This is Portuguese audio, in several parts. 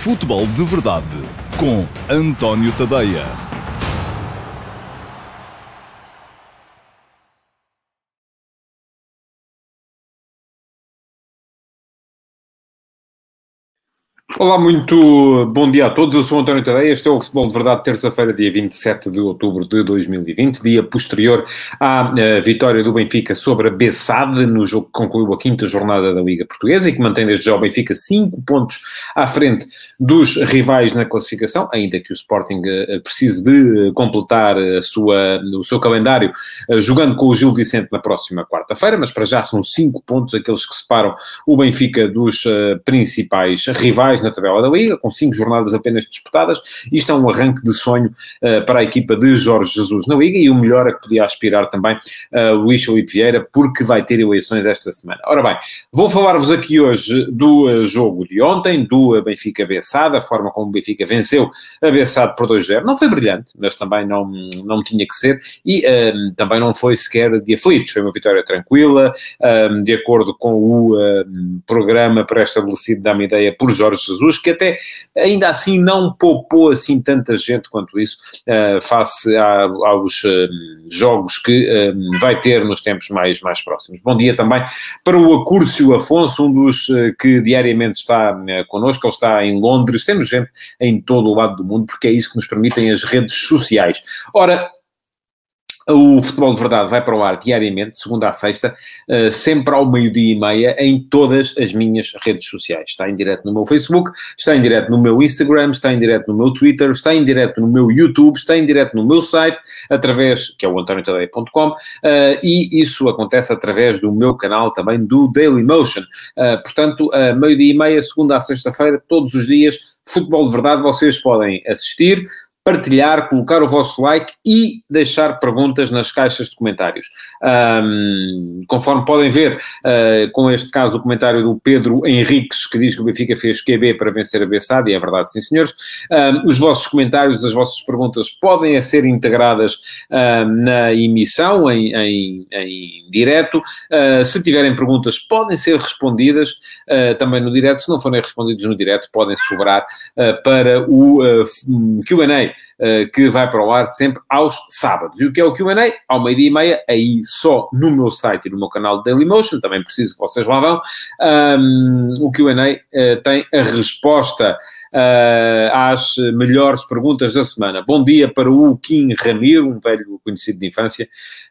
Futebol de Verdade com António Tadeia. Olá, muito bom dia a todos, eu sou o António Tadeia, este é o Futebol de Verdade, terça-feira, dia 27 de outubro de 2020, dia posterior à vitória do Benfica sobre a Bessade, no jogo que concluiu a quinta jornada da Liga Portuguesa e que mantém desde já o Benfica 5 pontos à frente dos rivais na classificação, ainda que o Sporting precise de completar o seu calendário jogando com o Gil Vicente na próxima quarta-feira, mas para já são 5 pontos aqueles que separam o Benfica dos principais rivais na tabela da Liga, com 5 jornadas apenas disputadas. Isto é um arranque de sonho para a equipa de Jorge Jesus na Liga e o melhor a que podia aspirar também Luís Filipe Vieira, porque vai ter eleições esta semana. Ora bem, vou falar-vos aqui hoje do jogo de ontem, do Benfica-Bessade, a forma como o Benfica venceu a Bessade por 2-0. Não foi brilhante, mas também não tinha que ser e também não foi sequer de aflitos. Foi uma vitória tranquila, de acordo com o programa pré-estabelecido, dá-me ideia, por Jorge Jesus, que até ainda assim não poupou assim tanta gente quanto isso face aos jogos que vai ter nos tempos mais próximos. Bom dia também para o Acúrcio Afonso, um dos que diariamente está connosco. Ele está em Londres, temos gente em todo o lado do mundo, porque é isso que nos permitem as redes sociais. Ora, o Futebol de Verdade vai para o ar diariamente, segunda a sexta, sempre ao 12:30, em todas as minhas redes sociais. Está em direto no meu Facebook, está em direto no meu Instagram, está em direto no meu Twitter, está em direto no meu YouTube, está em direto no meu site, que é o antoniotadeia.com, e isso acontece através do meu canal também do Dailymotion. Portanto, 12:30, segunda a sexta-feira, todos os dias, Futebol de Verdade, vocês podem assistir, partilhar, colocar o vosso like e deixar perguntas nas caixas de comentários. Conforme podem ver, com este caso o comentário do Pedro Henriques, que diz que o Benfica fez QB para vencer a Bessade, e é verdade, sim senhores. Os vossos comentários, as vossas perguntas podem ser integradas na emissão, em direto. Se tiverem perguntas, podem ser respondidas também no direto. Se não forem respondidos no direto, podem sobrar para o Q&A, que vai para o ar sempre aos sábados. E o que é o Q&A? Ao 12:30, aí só no meu site e no meu canal de Dailymotion, também preciso que vocês lá vão. O Q&A tem a resposta às melhores perguntas da semana. Bom dia para o Kim Ramiro, um velho conhecido de infância,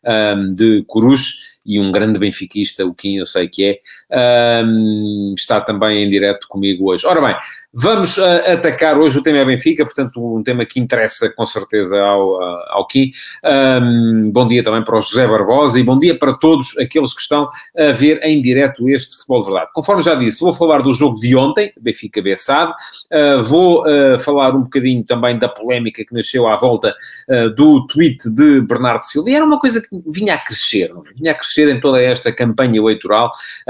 de Coruche, e um grande benfiquista, o Kim, eu sei que é, está também em direto comigo hoje. Ora bem, vamos atacar hoje, o tema é Benfica, portanto um tema que interessa com certeza ao Kim. Bom dia também para o José Barbosa e bom dia para todos aqueles que estão a ver em direto este Futebol de Verdade. Conforme já disse, vou falar do jogo de ontem, Benfica-Bessade, vou falar um bocadinho também da polémica que nasceu à volta do tweet de Bernardo Silva, e era uma coisa que vinha a crescer, não é? Vinha a crescer em toda esta campanha eleitoral,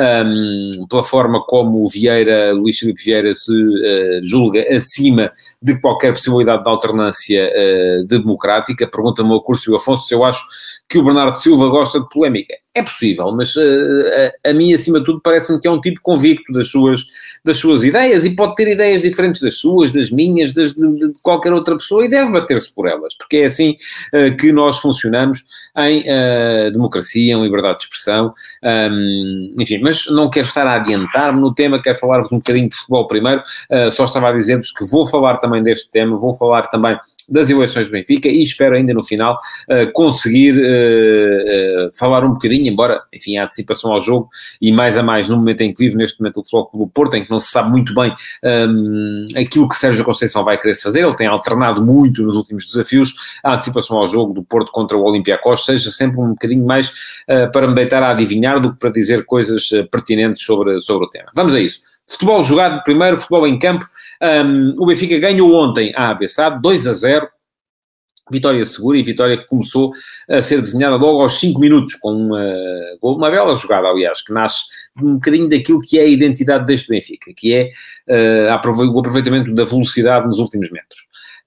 pela forma como o Luís Filipe Vieira se julga acima de qualquer possibilidade de alternância democrática. Pergunta-me o Acúrcio Afonso se eu acho que o Bernardo Silva gosta de polémica. É possível, mas a mim, acima de tudo, parece-me que é um tipo convicto das suas ideias, e pode ter ideias diferentes das suas, das minhas, de qualquer outra pessoa, e deve bater-se por elas, porque é assim que nós funcionamos em democracia, em liberdade de expressão, enfim, mas não quero estar a adiantar-me no tema, quero falar-vos um bocadinho de futebol primeiro. Só estava a dizer-vos que vou falar também deste tema, vou falar também das eleições do Benfica e espero ainda no final conseguir falar um bocadinho, embora, enfim, a antecipação ao jogo e mais a mais no momento em que vive neste momento o Futebol Clube do Porto, em que não se sabe muito bem aquilo que Sérgio Conceição vai querer fazer. Ele tem alternado muito nos últimos desafios. A antecipação ao jogo do Porto contra o Olympiacos seja sempre um bocadinho mais para me deitar a adivinhar do que para dizer coisas pertinentes sobre o tema. Vamos a isso. Futebol jogado primeiro, futebol em campo. O Benfica ganhou ontem a Bessade 2-0, vitória segura, e vitória que começou a ser desenhada logo aos 5 minutos, com uma bela jogada, aliás, que nasce um bocadinho daquilo que é a identidade deste Benfica, que é o aproveitamento da velocidade nos últimos metros.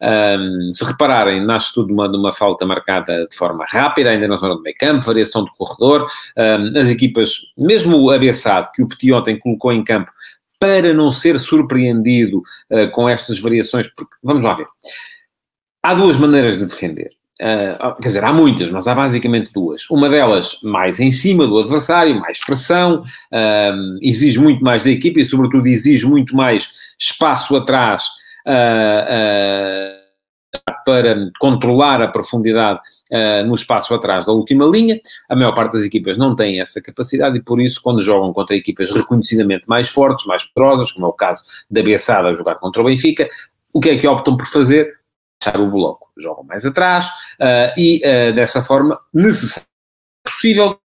Se repararem, nasce tudo de uma falta marcada de forma rápida, ainda na zona do meio campo, variação do corredor. As equipas, mesmo a Bessade, que o Petit ontem colocou em campo, para não ser surpreendido com estas variações, porque, vamos lá ver, há duas maneiras de defender. Quer dizer, há muitas, mas há basicamente duas. Uma delas mais em cima do adversário, mais pressão, exige muito mais da equipa e, sobretudo, exige muito mais espaço atrás para controlar a profundidade no espaço atrás da última linha. A maior parte das equipas não tem essa capacidade e, por isso, quando jogam contra equipas reconhecidamente mais fortes, mais poderosas, como é o caso da Bessada a jogar contra o Benfica, o que é que optam por fazer? Deixar o bloco. Jogam mais atrás e, dessa forma, necessário, possível,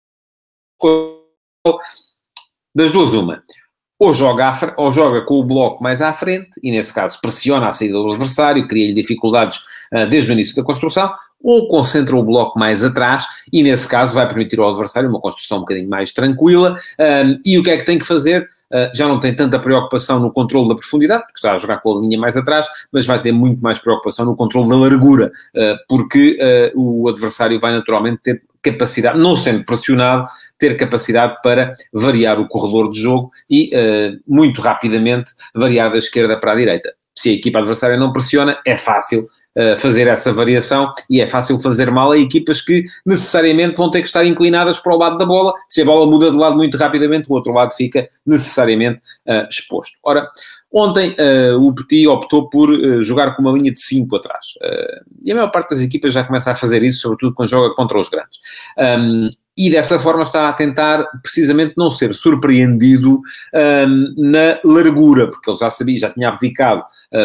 das duas uma. Ou joga com o bloco mais à frente, e nesse caso pressiona a saída do adversário, cria-lhe dificuldades desde o início da construção, ou concentra o bloco mais atrás, e nesse caso vai permitir ao adversário uma construção um bocadinho mais tranquila, e o que é que tem que fazer? Já não tem tanta preocupação no controle da profundidade, porque está a jogar com a linha mais atrás, mas vai ter muito mais preocupação no controle da largura, porque o adversário vai naturalmente ter capacidade, não sendo pressionado, ter capacidade para variar o corredor de jogo e, muito rapidamente, variar da esquerda para a direita. Se a equipa adversária não pressiona, é fácil fazer essa variação e é fácil fazer mal a equipas que necessariamente vão ter que estar inclinadas para o lado da bola. Se a bola muda de lado muito rapidamente, o outro lado fica necessariamente exposto. Ora, ontem o Petit optou por jogar com uma linha de 5 atrás. E a maior parte das equipas já começa a fazer isso, sobretudo quando joga contra os grandes. E dessa forma está a tentar precisamente não ser surpreendido na largura, porque ele já sabia, já tinha abdicado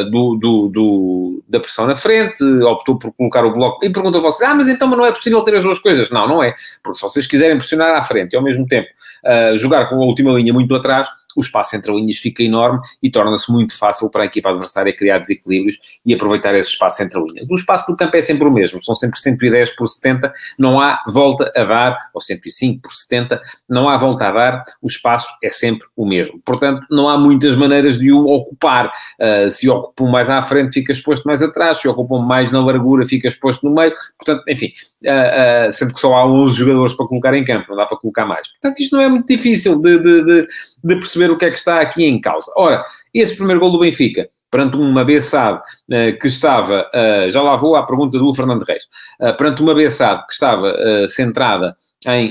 da pressão na frente, optou por colocar o bloco, e perguntou a vocês, mas então não é possível ter as duas coisas? Não, não é, porque se vocês quiserem pressionar à frente e ao mesmo tempo jogar com a última linha muito atrás, o espaço entre linhas fica enorme e torna-se muito fácil para a equipa adversária criar desequilíbrios e aproveitar esse espaço entre linhas. O espaço do campo é sempre o mesmo, são sempre 110 por 70, não há volta a dar, ou 105 por 70, não há volta a dar, o espaço é sempre o mesmo. Portanto, não há muitas maneiras de o ocupar. Se ocupam mais à frente, fica exposto mais atrás, se ocupam mais na largura, fica exposto no meio. Portanto, enfim, sendo que só há 11 jogadores para colocar em campo, não dá para colocar mais. Portanto, isto não é muito difícil de perceber o que é que está aqui em causa. Ora, esse primeiro gol do Benfica, perante uma Bessade que estava, já lá vou à pergunta do Fernando Reis, perante uma Bessade que estava centrada em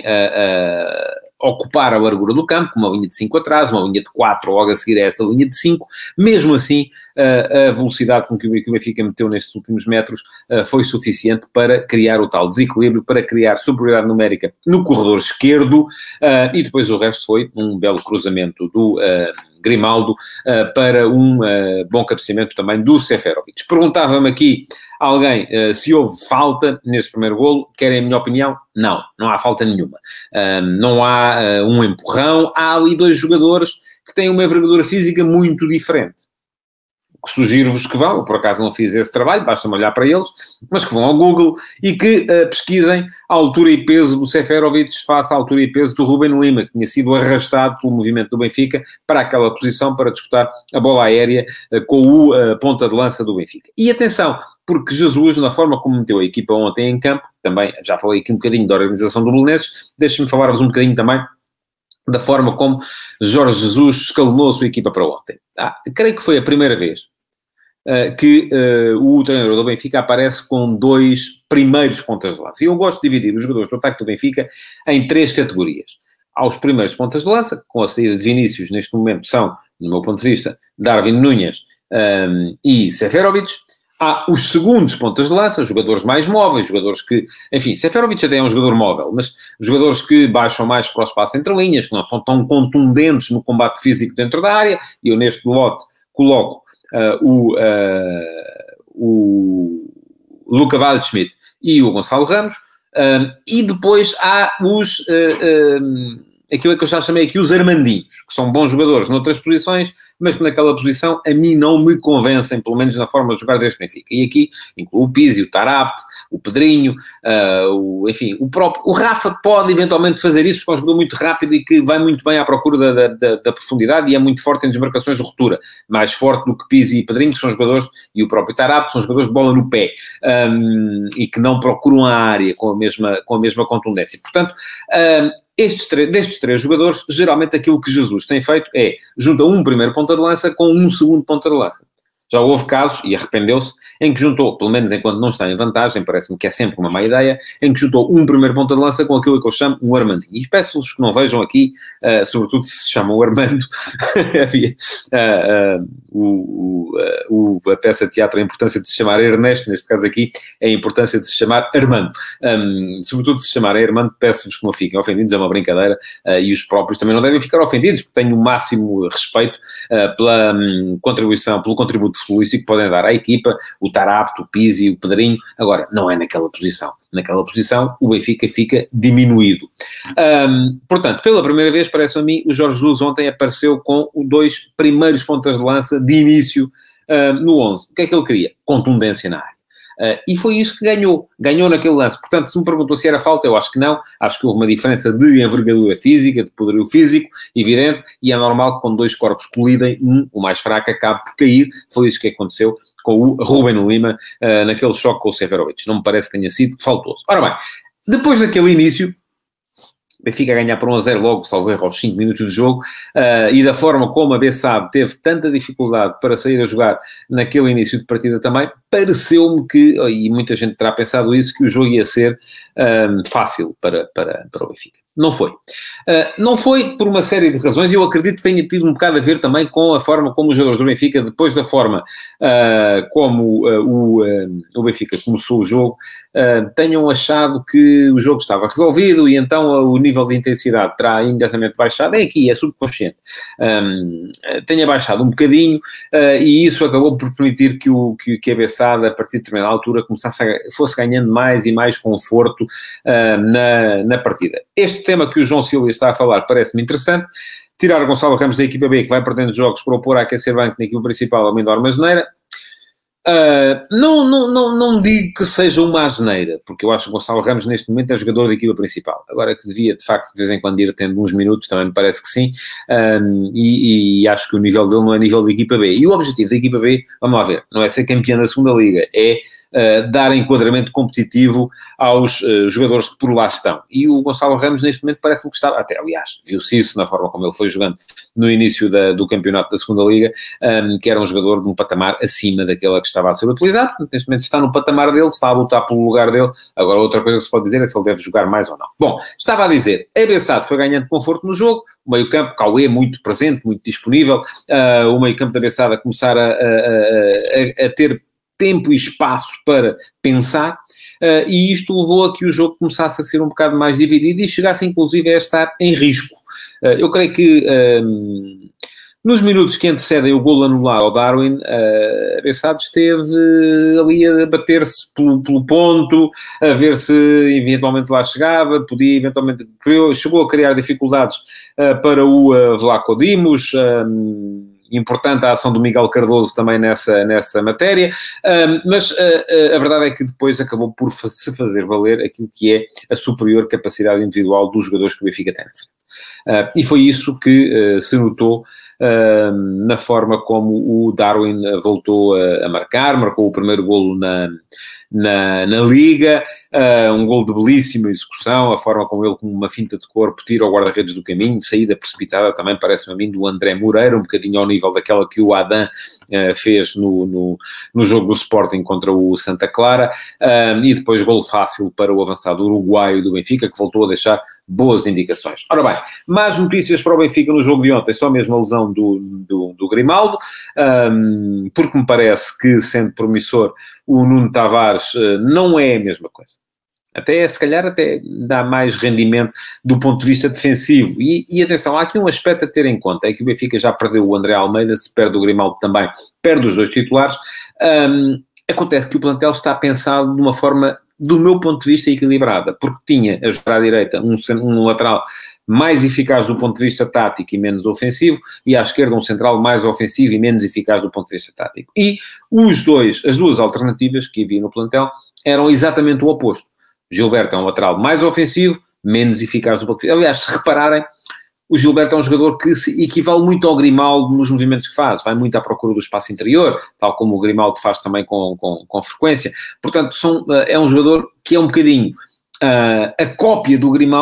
ocupar a largura do campo, com uma linha de 5 atrás, uma linha de 4 logo a seguir a essa linha de 5, mesmo assim a velocidade com que o Benfica meteu nestes últimos metros foi suficiente para criar o tal desequilíbrio, para criar superioridade numérica no corredor esquerdo, e depois o resto foi um belo cruzamento do Grimaldo para um bom cabeceamento também do Seferovic. Perguntava-me aqui alguém se houve falta nesse primeiro golo. Querem a minha opinião? Não, não há falta nenhuma. Não há um empurrão. Há ali dois jogadores que têm uma envergadura física muito diferente. Sugiro-vos que vão, eu por acaso não fiz esse trabalho, basta-me olhar para eles, mas que vão ao Google e que pesquisem a altura e peso do Seferovic face à altura e peso do Ruben Lima, que tinha sido arrastado pelo movimento do Benfica para aquela posição para disputar a bola aérea com o ponta de lança do Benfica. E atenção, porque Jesus, na forma como meteu a equipa ontem em campo, também já falei aqui um bocadinho da organização do Belenenses, deixem-me falar-vos um bocadinho também da forma como Jorge Jesus escalonou a sua equipa para ontem. Creio que foi a primeira vez que o treinador do Benfica aparece com dois primeiros pontas de lança. E eu gosto de dividir os jogadores do ataque do Benfica em 3 categorias. Há os primeiros pontas de lança, com a saída de Vinícius, neste momento são, no meu ponto de vista, Darwin Núñez e Seferovic. Há os segundos pontas de lança, jogadores mais móveis, jogadores que... Enfim, Seferovic até é um jogador móvel, mas jogadores que baixam mais para o espaço entre linhas, que não são tão contundentes no combate físico dentro da área, e eu neste lote coloco o Luca Waldschmidt e o Gonçalo Ramos, e depois há aquilo que eu já chamei aqui os Armandinhos, que são bons jogadores noutras posições, mas que naquela posição a mim não me convencem, pelo menos na forma de jogar deste Benfica. E aqui incluo o Pizzi, o Tarapte, o Pedrinho, enfim, o Rafa pode eventualmente fazer isso, porque é um jogador muito rápido e que vai muito bem à procura da profundidade e é muito forte em desmarcações de ruptura, mais forte do que Pizzi e Pedrinho, que são jogadores, e o próprio Tarapte, são jogadores de bola no pé, e que não procuram a área com a mesma contundência. Portanto, destes três jogadores, geralmente aquilo que Jesus tem feito é junta um primeiro ponta de lança com um segundo ponta de lança. Já houve casos, e arrependeu-se, em que juntou, pelo menos enquanto não está em vantagem, parece-me que é sempre uma má ideia, em que juntou um primeiro ponta de lança com aquilo que eu chamo um Armandinho. E peço-vos que não vejam aqui, sobretudo se chama o Armando, havia a peça de teatro, a importância de se chamar Ernesto, neste caso aqui, é a importância de se chamar Armando. Sobretudo se chamar Armando, peço-vos que não fiquem ofendidos, é uma brincadeira, e os próprios também não devem ficar ofendidos, porque tenho o máximo respeito pela contribuição, pelo contributo futebolístico que podem dar à equipa, o Tarapto, o Pizzi, o Pedrinho. Agora, não é naquela posição. Naquela posição, o Benfica fica diminuído. Portanto, pela primeira vez, parece a mim, o Jorge Jesus ontem apareceu com os dois primeiros pontas de lança de início no 11. O que é que ele queria? Contundência na área. E foi isso que ganhou naquele lance. Portanto, se me perguntou se era falta, eu acho que não. Acho que houve uma diferença de envergadura física, de poderio físico, evidente, e é normal que quando dois corpos colidem, o mais fraco acabe por cair. Foi isso que aconteceu com o Ruben Lima naquele choque com o Seferovic. Não me parece que tenha sido faltoso. Ora bem, depois daquele início, Benfica a ganhar por 1-0 logo, salvo erro, aos 5 minutos de jogo, e da forma como a Bessade teve tanta dificuldade para sair a jogar naquele início de partida também, pareceu-me que, e muita gente terá pensado isso, que o jogo ia ser fácil para o Benfica. Não foi. Não foi por uma série de razões, e eu acredito que tenha tido um bocado a ver também com a forma como os jogadores do Benfica, depois da forma como o Benfica começou o jogo, tenham achado que o jogo estava resolvido e então o nível de intensidade terá imediatamente baixado. É aqui, é subconsciente. Tenha baixado um bocadinho e isso acabou por permitir que a Bessade, a partir de determinada altura, fosse ganhando mais e mais conforto na partida. Este tema que o João Silva está a falar parece-me interessante. Tirar o Gonçalo Ramos da equipa B, que vai perdendo jogos, para o pôr a aquecer banco na equipa principal, ao menor asneira. Não digo que seja uma asneira, porque eu acho que o Gonçalo Ramos neste momento é jogador da equipa principal. Agora que devia, de facto, de vez em quando ir tendo uns minutos, também me parece que sim, e acho que o nível dele não é nível da equipa B. E o objetivo da equipa B, vamos lá ver, não é ser campeão da segunda liga, é dar enquadramento competitivo aos jogadores que por lá estão. E o Gonçalo Ramos, neste momento, parece-me que está, até aliás, viu-se isso na forma como ele foi jogando no início do campeonato da segunda liga, que era um jogador de um patamar acima daquela que estava a ser utilizado. Neste momento está no patamar dele, está a lutar pelo lugar dele. Agora, outra coisa que se pode dizer é se ele deve jogar mais ou não. Bom, estava a dizer, a Bessade foi ganhando conforto no jogo, o meio-campo, Cauê muito presente, muito disponível, o meio-campo da Bessade a começar a ter tempo e espaço para pensar, e isto levou a que o jogo começasse a ser um bocado mais dividido e chegasse inclusive a estar em risco. Eu creio que nos minutos que antecedem o golo anulado ao Darwin, a Bessade esteve ali a bater-se pelo ponto, a ver se eventualmente lá chegava, podia eventualmente, chegou a criar dificuldades para o Vlaco Dimos, importante a ação do Miguel Cardoso também nessa matéria, mas a verdade é que depois acabou por se fazer valer aquilo que é a superior capacidade individual dos jogadores que o Benfica tem na frente. E foi isso que se notou na forma como o Darwin voltou a marcou o primeiro golo na Liga, um golo de belíssima execução, a forma como ele, com uma finta de corpo, tira o guarda-redes do caminho, saída precipitada também, parece-me a mim, do André Moreira, um bocadinho ao nível daquela que o Adam fez no jogo do Sporting contra o Santa Clara, e depois golo fácil para o avançado uruguaio do Benfica, que voltou a deixar boas indicações. Ora bem, más notícias para o Benfica no jogo de ontem, só mesmo a lesão do Grimaldo, porque me parece que, sendo promissor, o Nuno Tavares não é a mesma coisa. Se calhar até dá mais rendimento do ponto de vista defensivo. E atenção, há aqui um aspecto a ter em conta, é que o Benfica já perdeu o André Almeida, se perde o Grimaldo também, perde os dois titulares. Acontece que o plantel está pensado de uma forma, do meu ponto de vista, equilibrada, porque tinha a jogar à direita um lateral mais eficaz do ponto de vista tático e menos ofensivo, e à esquerda um central mais ofensivo e menos eficaz do ponto de vista tático. E as duas alternativas que havia no plantel eram exatamente o oposto. Gilberto é um lateral mais ofensivo, menos eficaz do ponto de vista. Aliás, se repararem, o Gilberto é um jogador que se equivale muito ao Grimaldo nos movimentos que faz, vai muito à procura do espaço interior, tal como o Grimaldo faz também com frequência. Portanto, é um jogador que é um bocadinho a cópia do Grimaldo,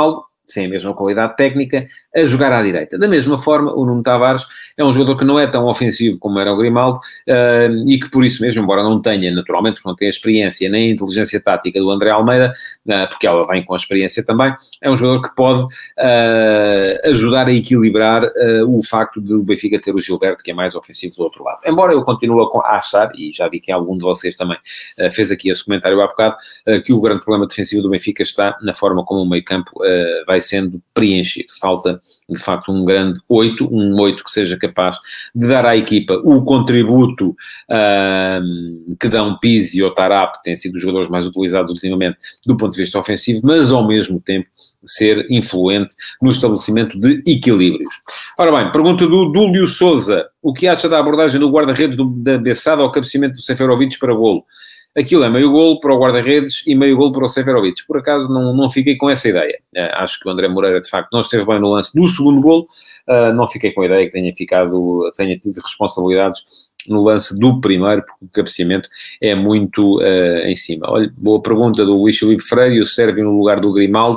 sem a mesma qualidade técnica, a jogar à direita. Da mesma forma, o Nuno Tavares é um jogador que não é tão ofensivo como era o Grimaldo, e que por isso mesmo, embora não tenha, naturalmente, porque não tem a experiência nem a inteligência tática do André Almeida, porque ela vem com a experiência também, é um jogador que pode ajudar a equilibrar o facto de o Benfica ter o Gilberto, que é mais ofensivo do outro lado. Embora eu continue a achar, e já vi que algum de vocês também fez aqui esse comentário há bocado, que o grande problema defensivo do Benfica está na forma como o meio-campo vai sendo preenchido. Falta, de facto, um grande 8, um 8 que seja capaz de dar à equipa o contributo que dão Pizzi ou Tarap, que têm sido os jogadores mais utilizados ultimamente do ponto de vista ofensivo, mas ao mesmo tempo ser influente no estabelecimento de equilíbrios. Ora bem, pergunta do Dúlio Souza: o que acha da abordagem do guarda-redes da Bessada ao cabeceamento do Seferovic para golo? Aquilo é meio golo para o guarda-redes e meio golo para o Seferovic. Por acaso não fiquei com essa ideia. Acho que o André Moreira, de facto, não esteve bem no lance do segundo golo. Não fiquei com a ideia que tenha tido responsabilidades no lance do primeiro, porque o cabeceamento é muito em cima. Olha, boa pergunta do Luís Filipe Freire: o Sérvio no lugar do Grimaldo?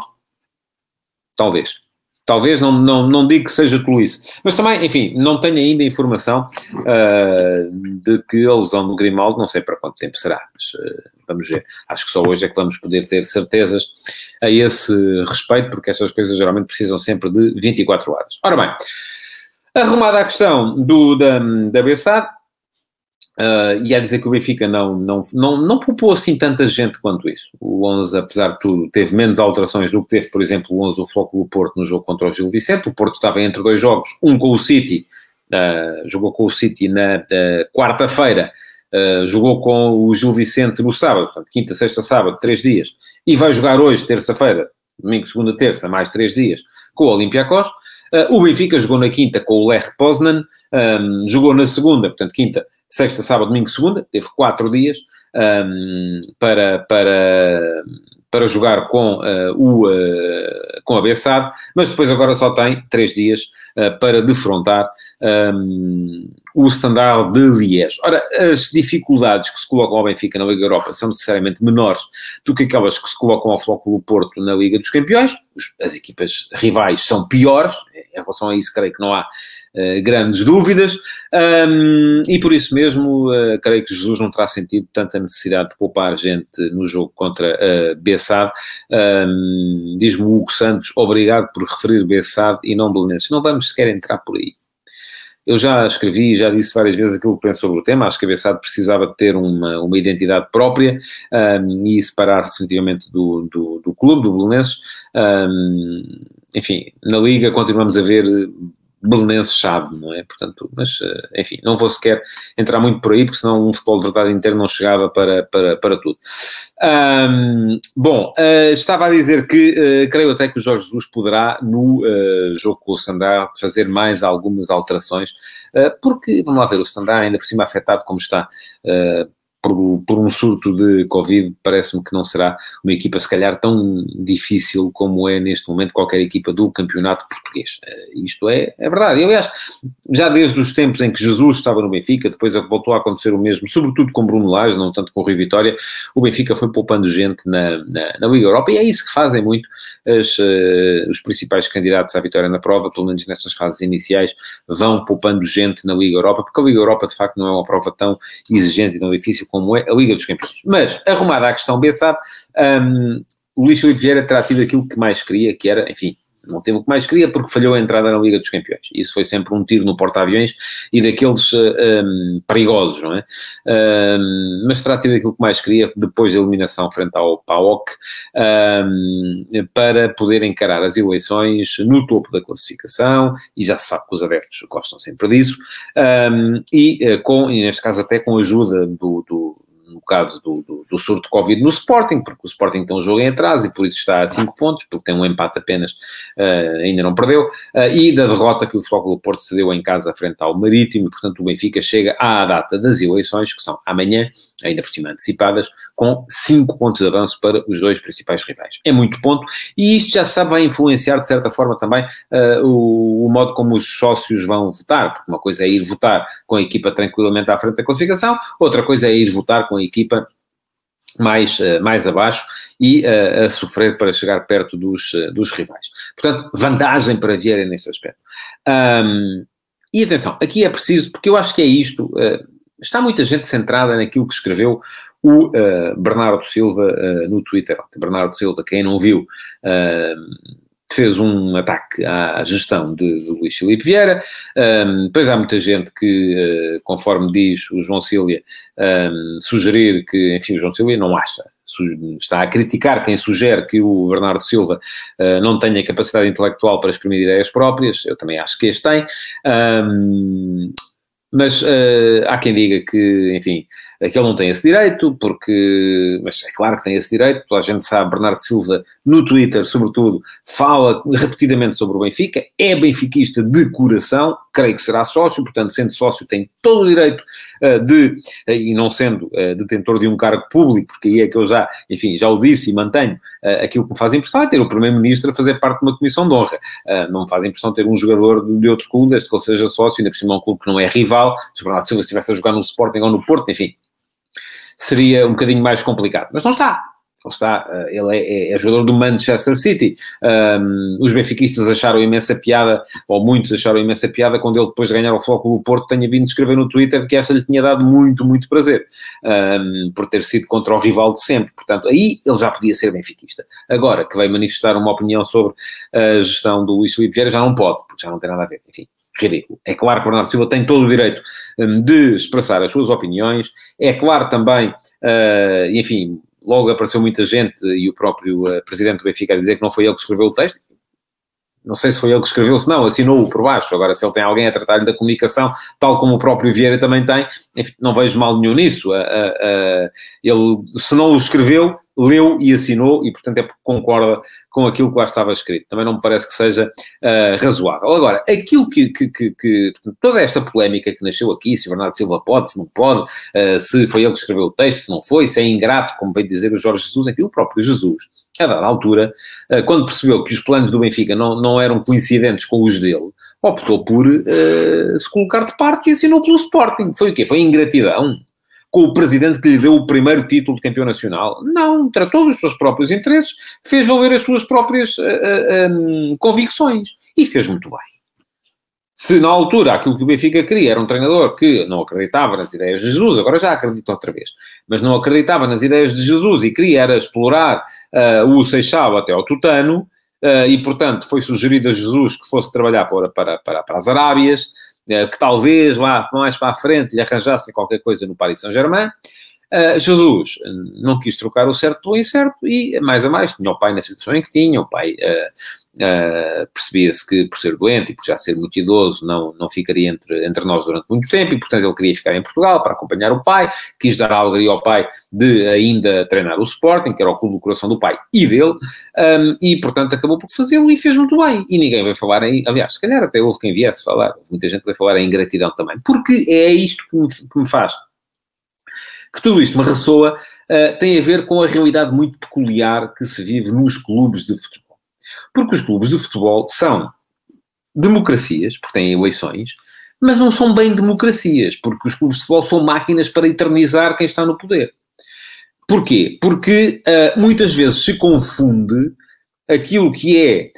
Talvez, não digo que seja tolice, mas também, enfim, não tenho ainda informação de que a lesão do Grimaldo, não sei para quanto tempo será, mas vamos ver. Acho que só hoje é que vamos poder ter certezas a esse respeito, porque estas coisas geralmente precisam sempre de 24 horas. Ora bem, arrumada a questão da Bessade, e a dizer que o Benfica não poupou assim tanta gente quanto isso. O 11, apesar de tudo, teve menos alterações do que teve, por exemplo, o 11 do Flóculo Porto no jogo contra o Gil Vicente. O Porto estava entre dois jogos, um com o City, jogou com o City na quarta-feira, jogou com o Gil Vicente no sábado, portanto, quinta, sexta, sábado, 3 dias, e vai jogar hoje, terça-feira, domingo, segunda, terça, mais 3 dias, com o Olympiacos. O Benfica jogou na quinta com o Lech Poznan, jogou na segunda, portanto, quinta, sexta, sábado, domingo, segunda, teve 4 dias para jogar com a Bessade, mas depois agora só tem 3 dias para defrontar o Standard de Liège. Ora, as dificuldades que se colocam ao Benfica na Liga Europa são necessariamente menores do que aquelas que se colocam ao Flóculo Porto na Liga dos Campeões. As equipas rivais são piores, em relação a isso creio que não há grandes dúvidas, e por isso mesmo creio que Jesus não terá sentido tanta necessidade de poupar gente no jogo contra a Bessade. Diz-me o Hugo Santos: obrigado por referir Bessade e não Belenenses. Não vamos sequer entrar por aí. Eu já escrevi e já disse várias vezes aquilo que penso sobre o tema. Acho que a Bessade precisava de ter uma identidade própria e separar-se definitivamente do clube, do Belenenses. Enfim, na Liga continuamos a ver Belenenses-chave, não é? Portanto, mas, enfim, não vou sequer entrar muito por aí, porque senão um futebol de verdade inteiro não chegava para tudo. Estava a dizer que creio até que o Jorge Jesus poderá, no jogo com o Standard, fazer mais algumas alterações, porque, vamos lá ver, o Standard ainda por cima afetado como está por um surto de Covid, parece-me que não será uma equipa se calhar tão difícil como é neste momento qualquer equipa do campeonato português. Isto é verdade. Eu, aliás, já desde os tempos em que Jesus estava no Benfica, depois voltou a acontecer o mesmo, sobretudo com Bruno Lage, não tanto com o Rui Vitória, o Benfica foi poupando gente na Liga Europa, e é isso que fazem muito os principais candidatos à vitória na prova, pelo menos nestas fases iniciais, vão poupando gente na Liga Europa, porque a Liga Europa de facto não é uma prova tão exigente e tão difícil como é a Liga dos Campeões. Mas, arrumada a questão Bessade, o Luís Filipe Vieira terá tido aquilo que mais queria, que era, enfim, não teve o que mais queria porque falhou a entrada na Liga dos Campeões. Isso foi sempre um tiro no porta-aviões e daqueles perigosos, não é? Mas terá tido aquilo que mais queria depois da eliminação frente ao PAOK, para poder encarar as eleições no topo da classificação, e já se sabe que os adeptos gostam sempre disso, e neste caso até com a ajuda no caso do surto de Covid no Sporting, porque o Sporting tem um jogo em atraso e por isso está a 5 pontos, porque tem um empate apenas, ainda não perdeu, e da derrota que o Flóculo Porto cedeu em casa frente ao Marítimo, e portanto o Benfica chega à data das eleições, que são amanhã, ainda por cima antecipadas, com 5 pontos de avanço para os dois principais rivais. É muito ponto, e isto já se sabe vai influenciar de certa forma também o modo como os sócios vão votar, porque uma coisa é ir votar com a equipa tranquilamente à frente da classificação, outra coisa é ir votar com a equipa mais abaixo e a sofrer para chegar perto dos rivais. Portanto, vantagem para Vieira nesse aspecto. E atenção, aqui é preciso, porque eu acho que é isto, está muita gente centrada naquilo que escreveu o Bernardo Silva no Twitter. Bernardo Silva, quem não viu, fez um ataque à gestão de Luís Filipe Vieira. Depois há muita gente que, conforme diz o João Cília, sugerir que, enfim, o João Cília não acha, está a criticar quem sugere que o Bernardo Silva não tenha capacidade intelectual para exprimir ideias próprias. Eu também acho que este tem. Mas há quem diga que, enfim, que ele não tem esse direito, mas é claro que tem esse direito, toda a gente sabe, Bernardo Silva, no Twitter, sobretudo, fala repetidamente sobre o Benfica, é benfiquista de coração, creio que será sócio, portanto, sendo sócio, tem todo o direito e não sendo detentor de um cargo público, porque aí é que eu já o disse e mantenho, aquilo que me faz impressão é ter o Primeiro-Ministro a fazer parte de uma comissão de honra. Não me faz impressão ter um jogador de outro clube, desde que ele seja sócio, ainda por cima um clube que não é rival. Se o Bernardo Silva estivesse a jogar no Sporting ou no Porto, enfim, seria um bocadinho mais complicado. Mas não está. Ele é jogador do Manchester City. Os benfiquistas acharam imensa piada, ou muitos acharam imensa piada, quando ele, depois de ganhar o Futebol Clube do Porto, tenha vindo escrever no Twitter que essa lhe tinha dado muito, muito prazer, por ter sido contra o rival de sempre. Portanto, aí ele já podia ser benfiquista. Agora, que veio manifestar uma opinião sobre a gestão do Luís Filipe Vieira, já não pode, porque já não tem nada a ver. Enfim, ridículo. É claro que o Bernardo Silva tem todo o direito de expressar as suas opiniões. É claro também, enfim, logo apareceu muita gente e o próprio presidente do Benfica a dizer que não foi ele que escreveu o texto. Não sei se foi ele que escreveu, se não, assinou-o por baixo. Agora, se ele tem alguém a tratar-lhe da comunicação, tal como o próprio Vieira também tem, enfim, não vejo mal nenhum nisso. Ele, se não o escreveu, leu e assinou, e portanto é porque concorda com aquilo que lá estava escrito. Também não me parece que seja razoável. Agora, aquilo toda esta polémica que nasceu aqui, se o Bernardo Silva pode, se não pode, se foi ele que escreveu o texto, se não foi, se é ingrato, como veio dizer o Jorge Jesus, enfim, o próprio Jesus, a dada altura, quando percebeu que os planos do Benfica não eram coincidentes com os dele, optou por se colocar de parte e assinou pelo Sporting. Foi o quê? Foi ingratidão com o presidente que lhe deu o primeiro título de campeão nacional? Não, tratou dos seus próprios interesses, fez valer as suas próprias convicções e fez muito bem. Se na altura aquilo que o Benfica queria era um treinador que não acreditava nas ideias de Jesus, agora já acredita outra vez, mas não acreditava nas ideias de Jesus e queria era explorar o Seixal até ao tutano, e portanto foi sugerido a Jesus que fosse trabalhar para as Arábias, que talvez lá mais para a frente lhe arranjassem qualquer coisa no Paris Saint-Germain. Jesus não quis trocar o certo pelo incerto e, mais a mais, tinha o pai na situação em que tinha, o pai percebia-se que, por ser doente e por já ser muito idoso, não ficaria entre nós durante muito tempo e, portanto, ele queria ficar em Portugal para acompanhar o pai, quis dar a alegria ao pai de ainda treinar o Sporting, que era o clube do coração do pai e dele, e, portanto, acabou por fazê-lo e fez muito bem. E ninguém vai falar em... Aliás, se calhar até houve quem viesse falar, houve muita gente que vai falar em ingratidão também, porque é isto que me faz... que tudo isto me ressoa, tem a ver com a realidade muito peculiar que se vive nos clubes de futebol. Porque os clubes de futebol são democracias, porque têm eleições, mas não são bem democracias, porque os clubes de futebol são máquinas para eternizar quem está no poder. Porquê? Porque muitas vezes se confunde aquilo que é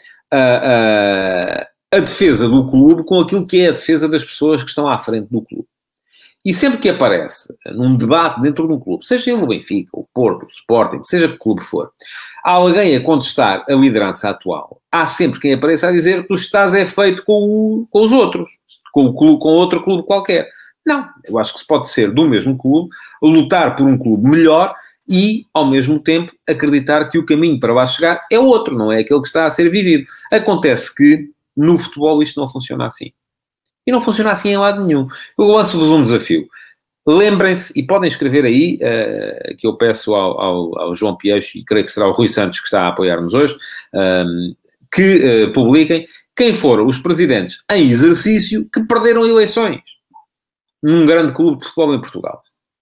a defesa do clube com aquilo que é a defesa das pessoas que estão à frente do clube. E sempre que aparece num debate dentro de um clube, seja ele o Benfica, o Porto, o Sporting, seja que clube for, há alguém a contestar a liderança atual, há sempre quem apareça a dizer que tu estás feito com os outros, com outro clube qualquer. Não, eu acho que se pode ser do mesmo clube, lutar por um clube melhor e, ao mesmo tempo, acreditar que o caminho para lá chegar é outro, não é aquele que está a ser vivido. Acontece que, no futebol, isto não funciona assim. E não funciona assim em lado nenhum. Eu lanço-vos um desafio. Lembrem-se, e podem escrever aí, que eu peço ao João Pieixo, e creio que será o Rui Santos que está a apoiar-nos hoje, que publiquem quem foram os presidentes em exercício que perderam eleições num grande clube de futebol em Portugal.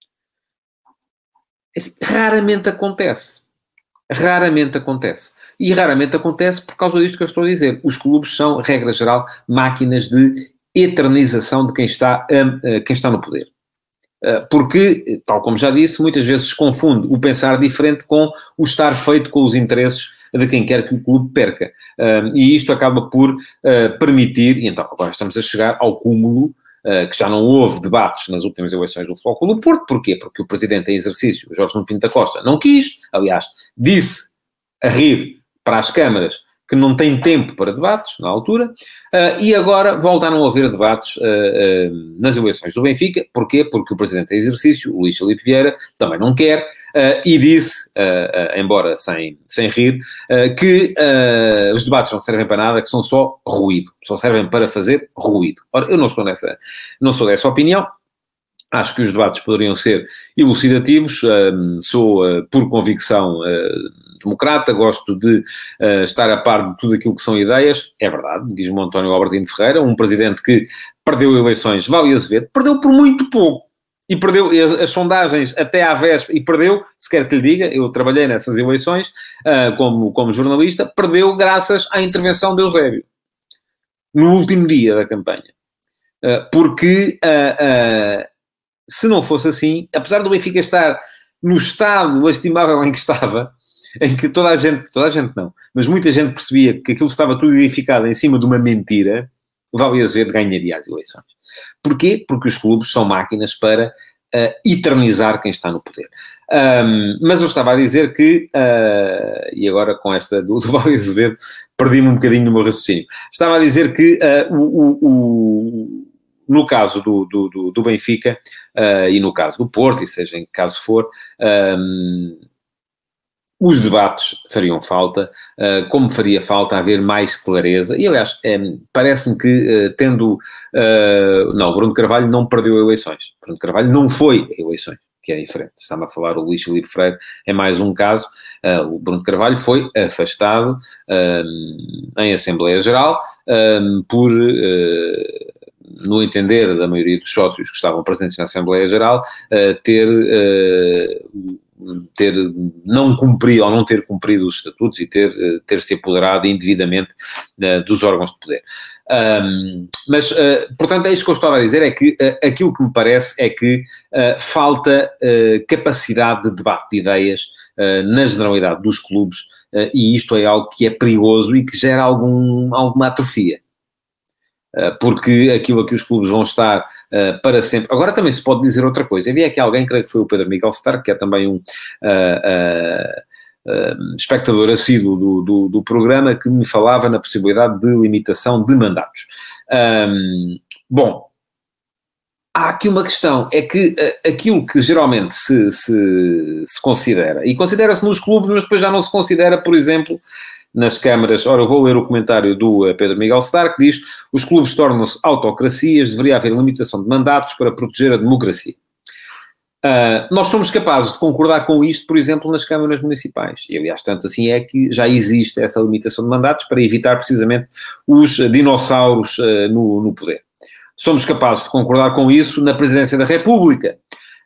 Assim, raramente acontece. Raramente acontece. E raramente acontece por causa disto que eu estou a dizer. Os clubes são, regra geral, máquinas de eternização de quem está no poder. Porque, tal como já disse, muitas vezes se confunde o pensar diferente com o estar feito com os interesses de quem quer que o clube perca. E isto acaba por permitir, e então agora estamos a chegar ao cúmulo, que já não houve debates nas últimas eleições do Futebol Clube do Porto. Porquê? Porque o presidente em exercício, Jorge Nuno Pinto da Costa, não quis, aliás, disse a rir para as câmaras que não tem tempo para debates, na altura, e agora voltaram a haver debates nas eleições do Benfica. Porquê? Porque o presidente em exercício, o Luís Filipe Vieira, também não quer, e disse, embora sem rir, que os debates não servem para nada, que são só ruído, só servem para fazer ruído. Ora, eu não sou dessa opinião. Acho que os debates poderiam ser elucidativos, sou por convicção democrata, gosto de estar a par de tudo aquilo que são ideias. É verdade, diz-me o António Albertino Ferreira, um presidente que perdeu eleições, Vale Azevedo, perdeu por muito pouco, e perdeu as sondagens até à véspera, e perdeu, se quer que lhe diga, eu trabalhei nessas eleições como jornalista, perdeu graças à intervenção de Eusébio, no último dia da campanha. Porque... se não fosse assim, apesar do Benfica estar no estado lastimável em que estava, em que toda a gente não, mas muita gente percebia que aquilo estava tudo edificado em cima de uma mentira, o Vale Azevedo ganharia as eleições. Porquê? Porque os clubes são máquinas para eternizar quem está no poder. Mas eu estava a dizer que, e agora com esta do Vale Azevedo, perdi-me um bocadinho no meu raciocínio. Estava a dizer que no caso do Benfica e no caso do Porto, e seja em que caso for, os debates fariam falta, como faria falta haver mais clareza. E, aliás, parece-me que não, Bruno Carvalho não perdeu eleições. Bruno Carvalho não foi a eleições, que é diferente. Está-me a falar o Luís Filipe Freire, é mais um caso. O Bruno Carvalho foi afastado em Assembleia Geral por... no entender da maioria dos sócios que estavam presentes na Assembleia Geral, ter não cumprido ou não ter cumprido os estatutos e ter se apoderado indevidamente dos órgãos de poder. Mas, portanto, é isto que eu estava a dizer, é que aquilo que me parece é que falta capacidade de debate de ideias na generalidade dos clubes, e isto é algo que é perigoso e que gera alguma atrofia. Porque aquilo a que os clubes vão estar para sempre... Agora também se pode dizer outra coisa. Havia aqui alguém, creio que foi o Pedro Miguel Stark, que é também um espectador assíduo do programa, que me falava na possibilidade de limitação de mandatos. Bom, há aqui uma questão, é que aquilo que geralmente se considera, e considera-se nos clubes, mas depois já não se considera, por exemplo... nas câmaras. Ora, eu vou ler o comentário do Pedro Miguel Stark, que diz: os clubes tornam-se autocracias, deveria haver limitação de mandatos para proteger a democracia. Nós somos capazes de concordar com isto, por exemplo, nas câmaras municipais. E, aliás, tanto assim é que já existe essa limitação de mandatos para evitar precisamente os dinossauros no poder. Somos capazes de concordar com isso na Presidência da República.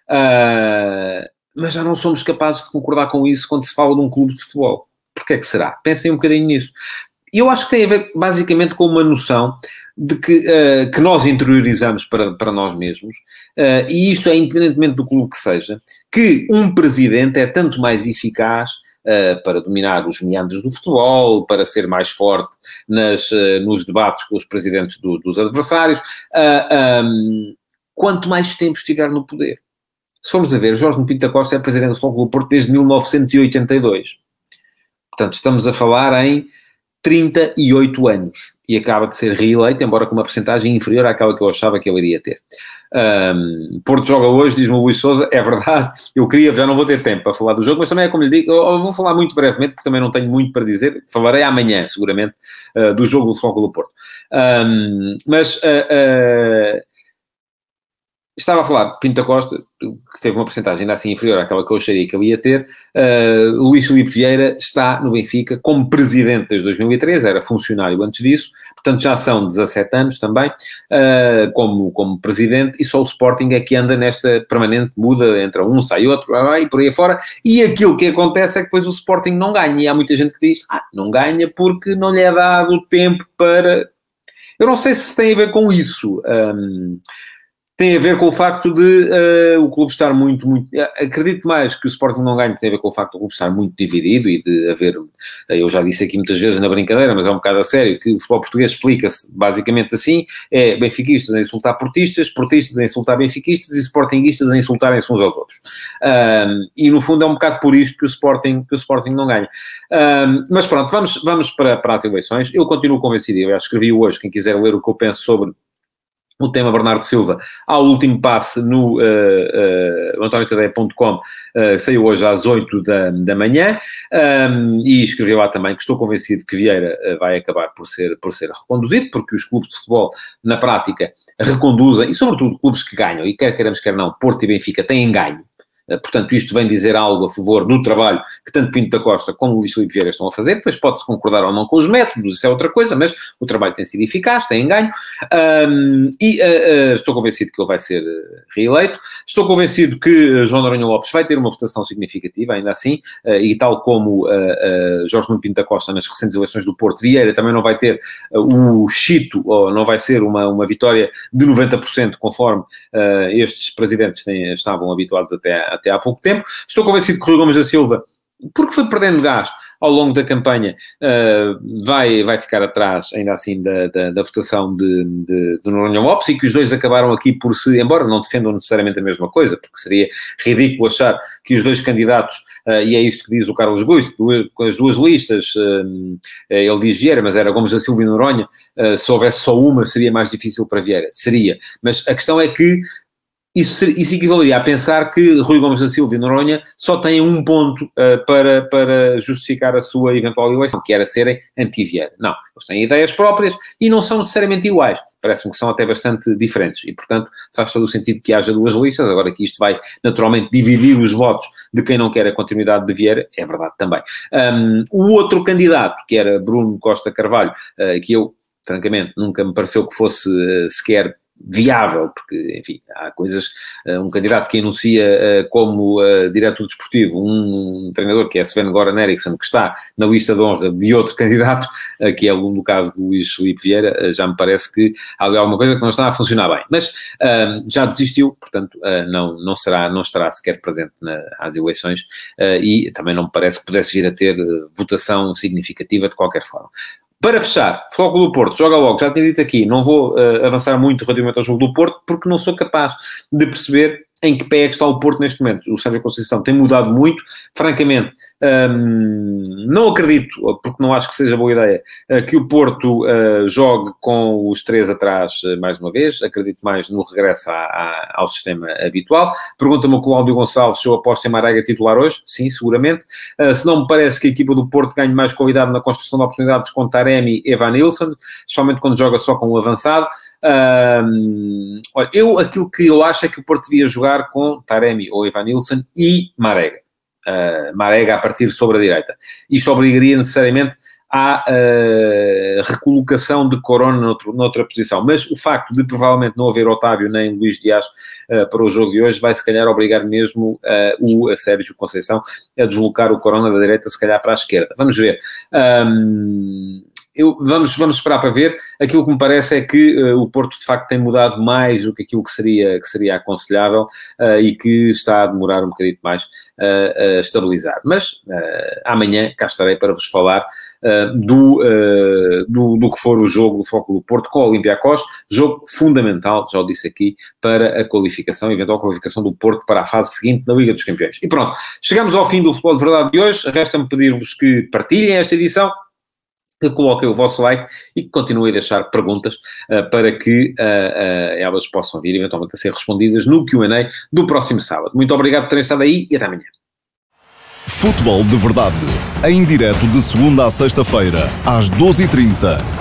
Mas já não somos capazes de concordar com isso quando se fala de um clube de futebol. Porquê é que será? Pensem um bocadinho nisso. E eu acho que tem a ver basicamente com uma noção de que nós interiorizamos para nós mesmos, e isto é independentemente do clube que seja, que um presidente é tanto mais eficaz para dominar os meandros do futebol, para ser mais forte nos debates com os presidentes dos adversários, quanto mais tempo estiver no poder. Se formos a ver, Jorge Nuno Pinto da Costa é presidente do Futebol Clube do Porto desde 1982. Portanto, estamos a falar em 38 anos e acaba de ser reeleito, embora com uma percentagem inferior àquela que eu achava que ele iria ter. Porto joga hoje, diz-me o Luís Sousa, é verdade, já não vou ter tempo para falar do jogo, mas também é como lhe digo, eu vou falar muito brevemente, porque também não tenho muito para dizer, falarei amanhã, seguramente, do jogo do Futebol Clube do Porto. Estava a falar Pinto da Costa, que teve uma percentagem ainda assim inferior àquela que eu acharia que ele ia ter. Luís Filipe Vieira está no Benfica como presidente desde 2003, era funcionário antes disso, portanto já são 17 anos também como presidente, e só o Sporting é que anda nesta permanente muda, entra um, sai outro, e por aí fora, e aquilo que acontece é que depois o Sporting não ganha, e há muita gente que diz, não ganha porque não lhe é dado tempo para... Eu não sei se tem a ver com isso, tem a ver com o facto de o clube estar muito... Acredito mais que o Sporting não ganhe, tem a ver com o facto do clube estar muito dividido e de haver... Eu já disse aqui muitas vezes na brincadeira, mas é um bocado a sério, que o futebol português explica-se basicamente assim, é benfiquistas a insultar portistas, portistas a insultar benfiquistas e sportinguistas a insultarem-se uns aos outros. E no fundo é um bocado por isto que o Sporting não ganha. Mas pronto, vamos para as eleições. Eu continuo convencido, eu escrevi hoje, quem quiser ler o que eu penso sobre o tema Bernardo Silva, ao último passe no antoniotadeia.com, saiu hoje às 8 da manhã, e escreveu lá também que estou convencido que Vieira vai acabar por ser reconduzido, porque os clubes de futebol, na prática, reconduzem, e sobretudo clubes que ganham, e quer queiramos, quer não, Porto e Benfica têm ganho. Portanto, isto vem dizer algo a favor do trabalho que tanto Pinto da Costa como Luís Filipe Vieira estão a fazer. Depois pode-se concordar ou não com os métodos, isso é outra coisa, mas o trabalho tem sido eficaz, tem ganho. Estou convencido que ele vai ser reeleito. Estou convencido que João Noronha Lopes vai ter uma votação significativa, ainda assim, e tal como Jorge Nuno Pinto da Costa nas recentes eleições do Porto, Vieira também não vai ter o chito, ou não vai ser uma vitória de 90%, conforme estes presidentes estavam habituados até há pouco tempo. Estou convencido que Rui Gomes da Silva, porque foi perdendo gás ao longo da campanha, vai ficar atrás, ainda assim, da votação do Noronha Lopes, e que os dois acabaram aqui por embora não defendam necessariamente a mesma coisa, porque seria ridículo achar que os dois candidatos, e é isto que diz o Carlos Gusto, com as duas listas, ele diz Vieira, mas era Gomes da Silva e Noronha, se houvesse só uma seria mais difícil para Vieira, seria, mas a questão é que isso equivaleria a pensar que Rui Gomes da Silva e Noronha só têm um ponto para justificar a sua eventual eleição, que era serem anti-Vieira. Não, eles têm ideias próprias e não são necessariamente iguais. Parece-me que são até bastante diferentes e, portanto, faz todo o sentido que haja duas listas. Agora que isto vai, naturalmente, dividir os votos de quem não quer a continuidade de Vieira, é verdade também. O outro candidato, que era Bruno Costa Carvalho, que eu, francamente, nunca me pareceu que fosse sequer viável, porque, enfim, há coisas, um candidato que anuncia como diretor desportivo um treinador que é Sven-Goran Eriksson, que está na lista de honra de outro candidato, que é no caso de Luís Filipe Vieira, já me parece que há alguma coisa que não está a funcionar bem, mas já desistiu, portanto não estará sequer presente às eleições, e também não me parece que pudesse vir a ter votação significativa de qualquer forma. Para fechar, Futebol Clube do Porto, joga logo, já tinha dito aqui, não vou avançar muito relativamente ao jogo do Porto, porque não sou capaz de perceber em que pé é que está o Porto neste momento. O Sérgio Conceição tem mudado muito, francamente, não acredito, porque não acho que seja boa ideia, que o Porto jogue com os três atrás mais uma vez. Acredito mais no regresso ao sistema habitual. Pergunta-me o Cláudio Gonçalves se eu aposto em Marega titular hoje. Sim, seguramente. Se não me parece que a equipa do Porto ganhe mais qualidade na construção de oportunidades com Taremi e Evanilson, especialmente quando joga só com um avançado. Olha, aquilo que eu acho é que o Porto devia jogar com Taremi ou Evanilson e Marega. Marega a partir sobre a direita. Isto obrigaria necessariamente à recolocação de Corona noutra posição, mas o facto de provavelmente não haver Otávio nem Luís Dias para o jogo de hoje vai se calhar obrigar mesmo o Sérgio Conceição a deslocar o Corona da direita se calhar para a esquerda. Vamos ver. Vamos esperar para ver. Aquilo que me parece é que o Porto de facto tem mudado mais do que aquilo que seria aconselhável, e que está a demorar um bocadinho mais a estabilizar. Mas amanhã cá estarei para vos falar do que for o jogo do Futebol Clube do Porto com o Olympiacos, jogo fundamental, já o disse aqui, para a qualificação, eventual qualificação do Porto para a fase seguinte da Liga dos Campeões. E pronto, chegamos ao fim do Futebol de Verdade de hoje. Resta-me pedir-vos que partilhem esta edição, que coloquem o vosso like e que continuem a deixar perguntas para que elas possam vir eventualmente a ser respondidas no Q&A do próximo sábado. Muito obrigado por terem estado aí e até amanhã. Futebol de Verdade, em direto de segunda a sexta-feira, às 12h30.